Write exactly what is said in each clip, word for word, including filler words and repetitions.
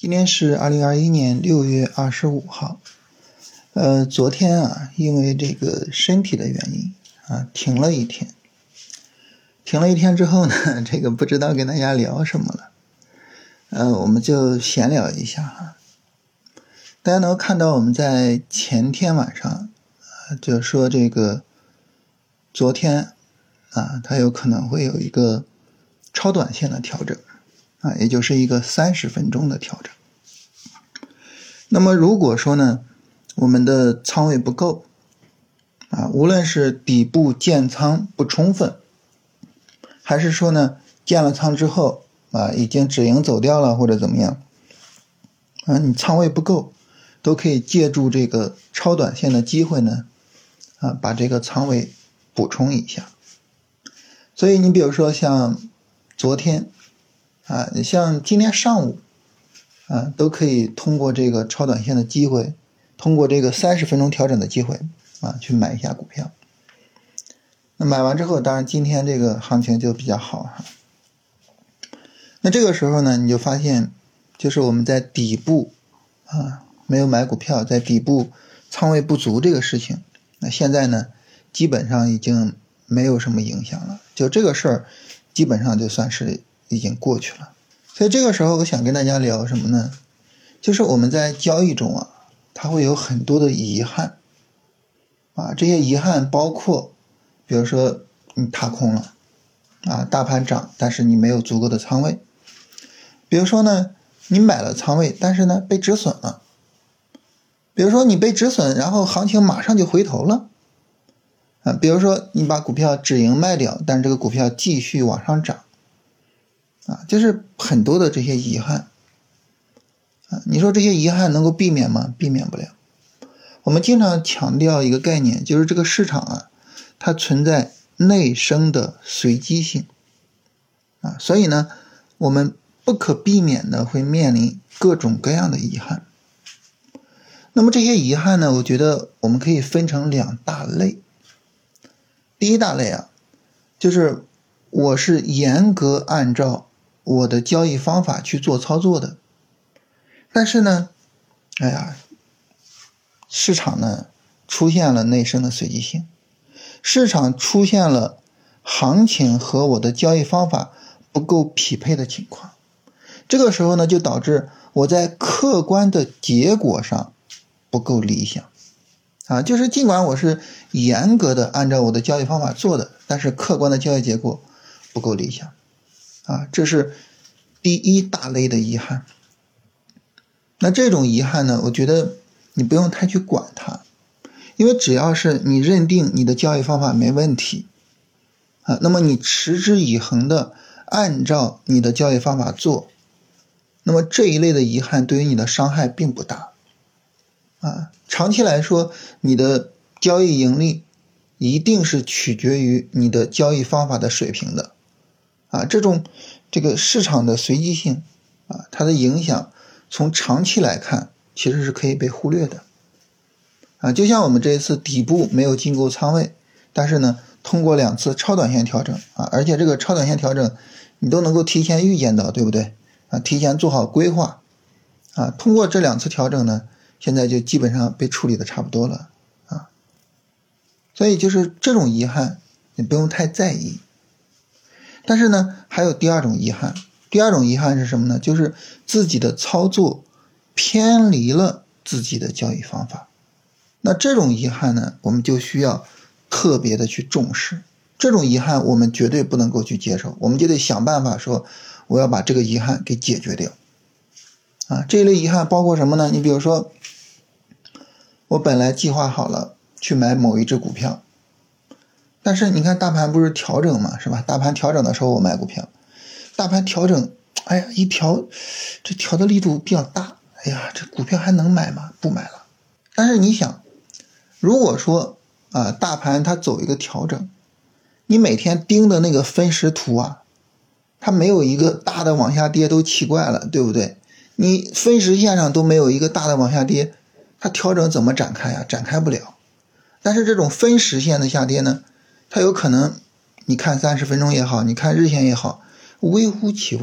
今天是二零二一年六月二十五号。呃，昨天啊，因为这个身体的原因啊，停了一天。停了一天之后呢，这个不知道跟大家聊什么了。呃，我们就闲聊一下哈。大家能够看到我们在前天晚上啊，就说这个昨天啊，它有可能会有一个超短线的调整啊，也就是一个三十分钟的调整。那么如果说呢，我们的仓位不够啊，无论是底部建仓不充分，还是说呢建了仓之后啊已经止盈走掉了或者怎么样啊，你仓位不够，都可以借助这个超短线的机会呢啊把这个仓位补充一下。所以你比如说像昨天啊，像今天上午啊，都可以通过这个超短线的机会，通过这个三十分钟调整的机会啊，去买一下股票。那买完之后，当然今天这个行情就比较好哈。那这个时候呢，你就发现，就是我们在底部啊没有买股票，在底部仓位不足这个事情，那现在呢，基本上已经没有什么影响了，就这个事儿，基本上就算是已经过去了。所以这个时候我想跟大家聊什么呢？就是我们在交易中啊，它会有很多的遗憾啊，这些遗憾包括比如说你踏空了啊，大盘涨但是你没有足够的仓位，比如说呢你买了仓位但是呢被止损了，比如说你被止损然后行情马上就回头了啊，比如说你把股票止盈卖掉，但是这个股票继续往上涨啊，就是很多的这些遗憾啊，你说这些遗憾能够避免吗？避免不了。我们经常强调一个概念，就是这个市场啊，它存在内生的随机性啊，所以呢，我们不可避免的会面临各种各样的遗憾。那么这些遗憾呢，我觉得我们可以分成两大类。第一大类啊，就是我是严格按照我的交易方法去做操作的，但是呢，哎呀，市场呢出现了内生的随机性，市场出现了行情和我的交易方法不够匹配的情况，这个时候呢就导致我在客观的结果上不够理想啊，就是尽管我是严格的按照我的交易方法做的，但是客观的交易结果不够理想啊，这是第一大类的遗憾。那这种遗憾呢，我觉得你不用太去管它，因为只要是你认定你的交易方法没问题啊，那么你持之以恒的按照你的交易方法做，那么这一类的遗憾对于你的伤害并不大啊。长期来说，你的交易盈利一定是取决于你的交易方法的水平的啊。这种这个市场的随机性啊，它的影响从长期来看其实是可以被忽略的啊。就像我们这一次底部没有进够仓位，但是呢通过两次超短线调整啊，而且这个超短线调整你都能够提前预见到，对不对啊？提前做好规划啊，通过这两次调整呢，现在就基本上被处理的差不多了啊。所以就是这种遗憾你不用太在意。但是呢还有第二种遗憾，第二种遗憾是什么呢？就是自己的操作偏离了自己的交易方法。那这种遗憾呢，我们就需要特别的去重视，这种遗憾我们绝对不能够去接受，我们就得想办法说我要把这个遗憾给解决掉啊。这一类遗憾包括什么呢？你比如说我本来计划好了去买某一只股票，但是你看大盘不是调整嘛，是吧？大盘调整的时候我买股票，大盘调整，哎呀，一调这调的力度比较大，哎呀，这股票还能买吗？不买了。但是你想，如果说啊，大盘它走一个调整，你每天盯的那个分时图啊，它没有一个大的往下跌都奇怪了，对不对？你分时线上都没有一个大的往下跌，它调整怎么展开呀？展开不了。但是这种分时线的下跌呢，它有可能你看三十分钟也好，你看日线也好，微乎其微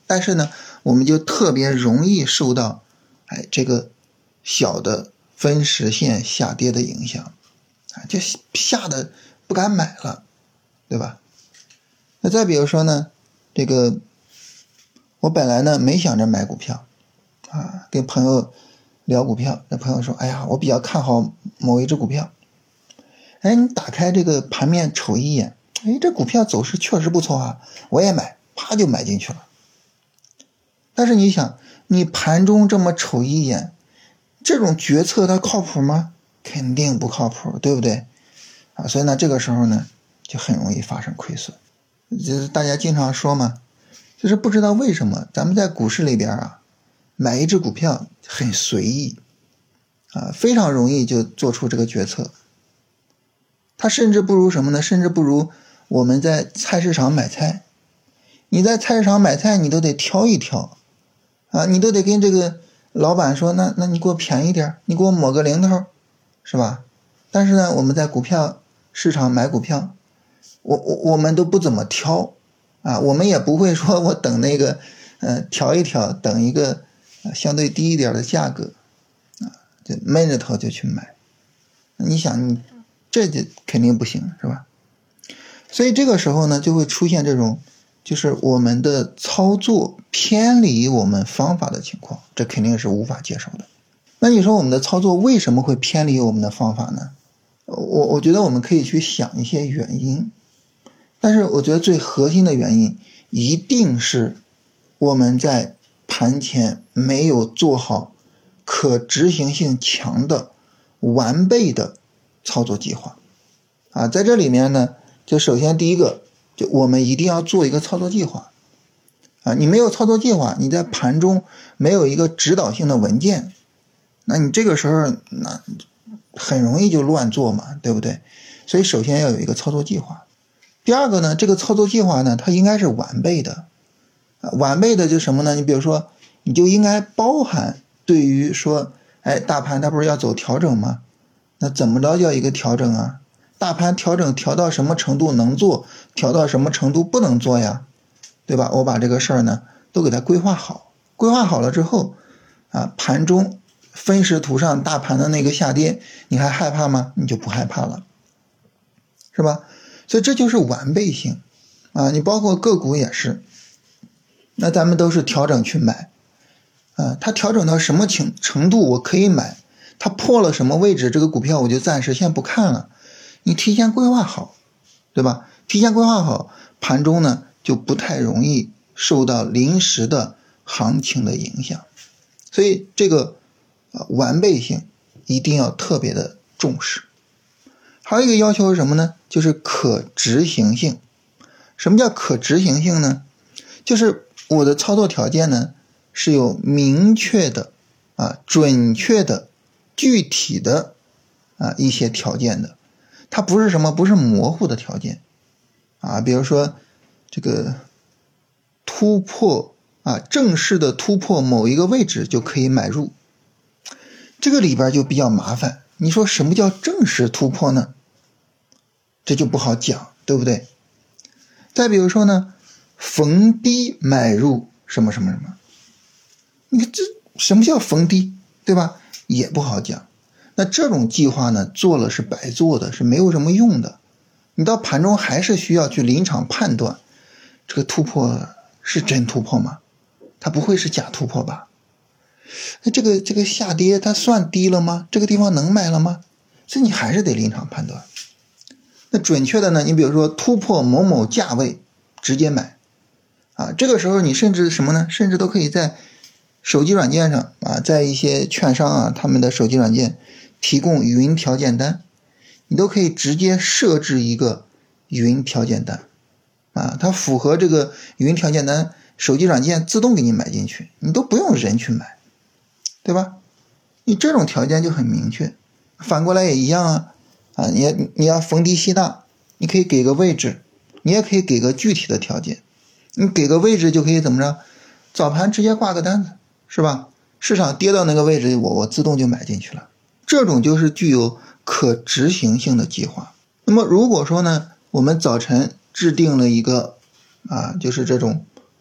但是呢，我们就特别容易受到哎这个小的分时线下跌的影响啊，就吓得不敢买了，对吧？那再比如说呢，这个我本来呢没想着买股票啊，跟朋友聊股票，那朋友说，哎呀，我比较看好某一只股票。哎，你打开这个盘面瞅一眼，哎，这股票走势确实不错啊，我也买，啪就买进去了。但是你想，你盘中这么瞅一眼，这种决策它靠谱吗？肯定不靠谱，对不对？啊，所以呢，这个时候呢，就很容易发生亏损。就是大家经常说嘛，就是不知道为什么咱们在股市里边啊，买一只股票很随意啊，非常容易就做出这个决策。它甚至不如什么呢？甚至不如我们在菜市场买菜。你在菜市场买菜，你都得挑一挑啊，你都得跟这个老板说，那那你给我便宜点，你给我抹个零头，是吧？但是呢，我们在股票市场买股票，我我我们都不怎么挑啊，我们也不会说我等那个呃调一调，等一个、呃、相对低一点的价格啊，就闷着头就去买。你想你这就肯定不行，是吧？所以这个时候呢，就会出现这种就是我们的操作偏离我们方法的情况，这肯定是无法接受的。那你说我们的操作为什么会偏离我们的方法呢？我我觉得我们可以去想一些原因，但是我觉得最核心的原因一定是我们在盘前没有做好可执行性强的完备的操作计划啊。在这里面呢，就首先第一个，就我们一定要做一个操作计划啊。你没有操作计划，你在盘中没有一个指导性的文件，那你这个时候那很容易就乱做嘛，对不对？所以首先要有一个操作计划。第二个呢，这个操作计划呢，它应该是完备的啊。完备的就是什么呢？你比如说，你就应该包含对于说，哎，大盘它不是要走调整吗？那怎么着叫一个调整啊？大盘调整调到什么程度能做，调到什么程度不能做呀，对吧？我把这个事儿呢都给它规划好，规划好了之后啊，盘中分时图上大盘的那个下跌，你还害怕吗？你就不害怕了，是吧？所以这就是完备性啊。你包括个股也是，那咱们都是调整去买啊，它调整到什么程度我可以买，它破了什么位置，这个股票我就暂时先不看了。你提前规划好，对吧？提前规划好，盘中呢就不太容易受到临时的行情的影响。所以这个、呃、完备性一定要特别的重视。还有一个要求是什么呢？就是可执行性。什么叫可执行性呢？就是我的操作条件呢是有明确的啊、准确的、具体的啊一些条件的。它不是什么，不是模糊的条件啊。比如说这个突破啊，正式的突破某一个位置就可以买入，这个里边就比较麻烦。你说什么叫正式突破呢？这就不好讲，对不对？再比如说呢，逢低买入什么什么什么，你看这什么叫逢低，对吧？也不好讲。那这种计划呢，做了是白做的，是没有什么用的。你到盘中还是需要去临场判断，这个突破是真突破吗？它不会是假突破吧？那这个这个下跌它算低了吗？这个地方能买了吗？所以你还是得临场判断。那准确的呢，你比如说突破某某价位直接买啊，这个时候你甚至什么呢？甚至都可以在手机软件上啊，在一些券商啊，他们的手机软件提供云条件单，你都可以直接设置一个云条件单啊，它符合这个云条件单，手机软件自动给你买进去，你都不用人去买，对吧？你这种条件就很明确。反过来也一样啊，啊，你你要逢低吸纳，你可以给个位置，你也可以给个具体的条件。你给个位置就可以怎么着？早盘直接挂个单子，是吧？市场跌到那个位置，我我自动就买进去了。这种就是具有可执行性的计划。那么如果说呢，我们早晨制定了一个啊，就是这种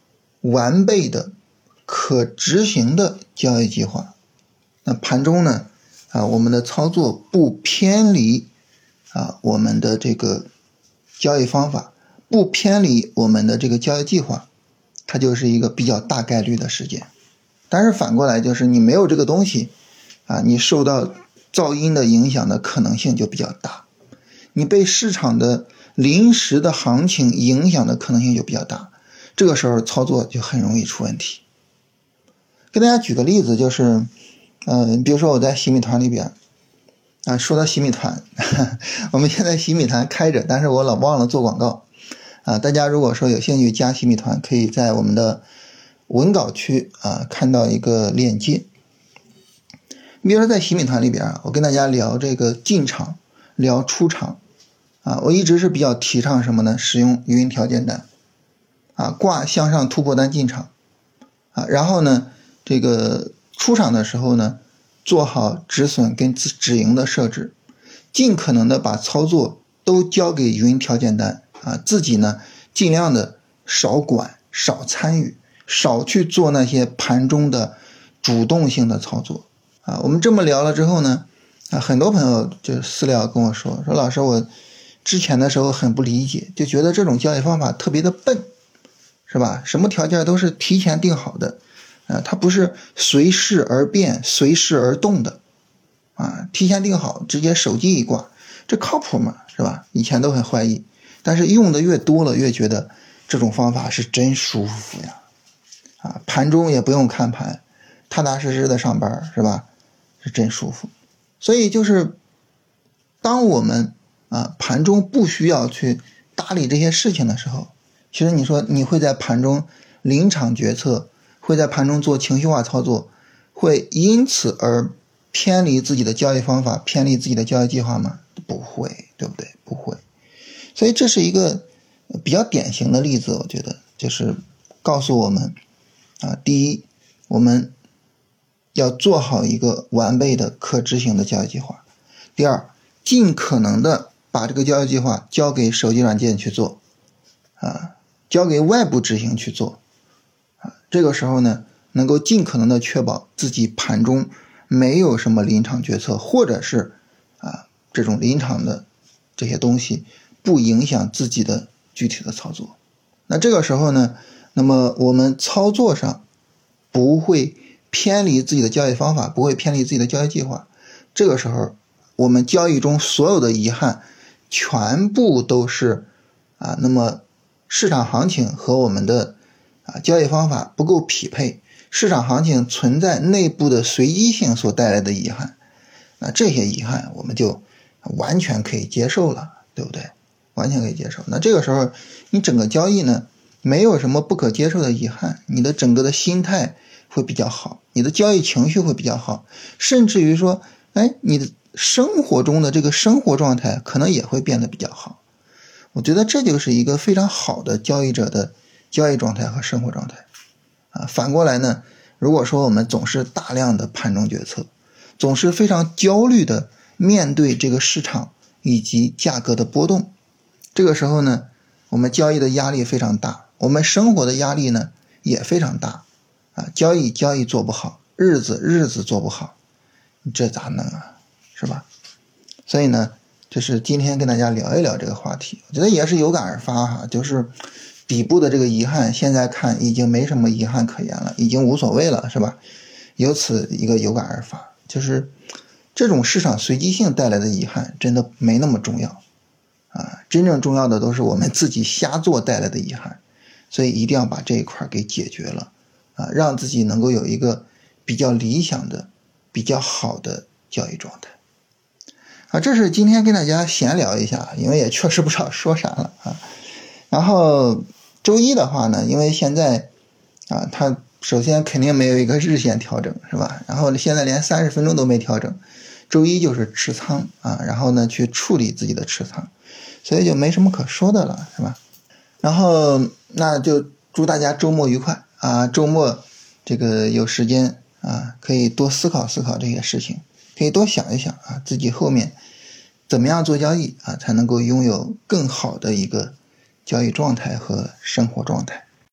完备的可执行的交易计划。那盘中呢啊，我们的操作不偏离啊我们的这个交易方法，不偏离我们的这个交易计划，它就是一个比较大概率的事件。但是反过来就是你没有这个东西啊，你受到噪音的影响的可能性就比较大，你被市场的临时的行情影响的可能性就比较大，这个时候操作就很容易出问题。给大家举个例子，就是呃，比如说我在洗米团里边啊，说到洗米团我们现在洗米团开着，但是我老忘了做广告啊。大家如果说有兴趣加洗米团，可以在我们的文稿区啊看到一个链接。比如说在洗米团里边啊，我跟大家聊这个进场，聊出场啊，我一直是比较提倡什么呢？使用语音条件单啊，挂向上突破单进场啊，然后呢，这个出场的时候呢，做好止损跟止盈的设置，尽可能的把操作都交给语音条件单啊，自己呢尽量的少管、少参与、少去做那些盘中的主动性的操作啊。我们这么聊了之后呢，啊，很多朋友就私聊跟我说，说老师，我之前的时候很不理解，就觉得这种交易方法特别的笨，是吧？什么条件都是提前定好的。啊，它不是随势而变、随势而动的啊！提前定好，直接手机一挂，这靠谱吗？是吧？以前都很怀疑，但是用的越多了，越觉得这种方法是真舒服呀！啊，盘中也不用看盘，踏踏实实的上班，是吧？是真舒服。所以就是，当我们啊盘中不需要去搭理这些事情的时候，其实你说你会在盘中临场决策，会在盘中做情绪化操作，会因此而偏离自己的交易方法，偏离自己的交易计划吗？不会，对不对？不会。所以这是一个比较典型的例子，我觉得就是告诉我们啊，第一，我们要做好一个完备的可执行的交易计划；第二，尽可能的把这个交易计划交给手机软件去做啊，交给外部执行去做。这个时候呢，能够尽可能的确保自己盘中没有什么临场决策，或者是啊这种临场的这些东西不影响自己的具体的操作。那这个时候呢，那么我们操作上不会偏离自己的交易方法，不会偏离自己的交易计划。这个时候我们交易中所有的遗憾全部都是啊那么市场行情和我们的啊，交易方法不够匹配，市场行情存在内部的随机性所带来的遗憾，那这些遗憾我们就完全可以接受了，对不对？完全可以接受。那这个时候你整个交易呢，没有什么不可接受的遗憾，你的整个的心态会比较好，你的交易情绪会比较好，甚至于说，哎，你的生活中的这个生活状态可能也会变得比较好。我觉得这就是一个非常好的交易者的交易状态和生活状态啊。反过来呢，如果说我们总是大量的盘中决策，总是非常焦虑的面对这个市场以及价格的波动，这个时候呢，我们交易的压力非常大，我们生活的压力呢也非常大啊。交易交易做不好，日子日子做不好，这咋弄啊？是吧？所以呢，就是今天跟大家聊一聊这个话题，我觉得也是有感而发哈，就是底部的这个遗憾，现在看已经没什么遗憾可言了，已经无所谓了，是吧？由此一个有感而发，就是这种市场随机性带来的遗憾真的没那么重要啊，真正重要的都是我们自己瞎做带来的遗憾，所以一定要把这一块给解决了啊，让自己能够有一个比较理想的、比较好的交易状态啊。这是今天跟大家闲聊一下，因为也确实不知道说啥了啊。然后周一的话呢，因为现在啊，它首先肯定没有一个日线调整，是吧？然后现在连三十分钟都没调整，周一就是持仓啊，然后呢去处理自己的持仓，所以就没什么可说的了，是吧？然后那就祝大家周末愉快啊！周末这个有时间啊，可以多思考思考这些事情，可以多想一想啊，自己后面怎么样做交易啊，才能够拥有更好的一个交易状态和生活状态。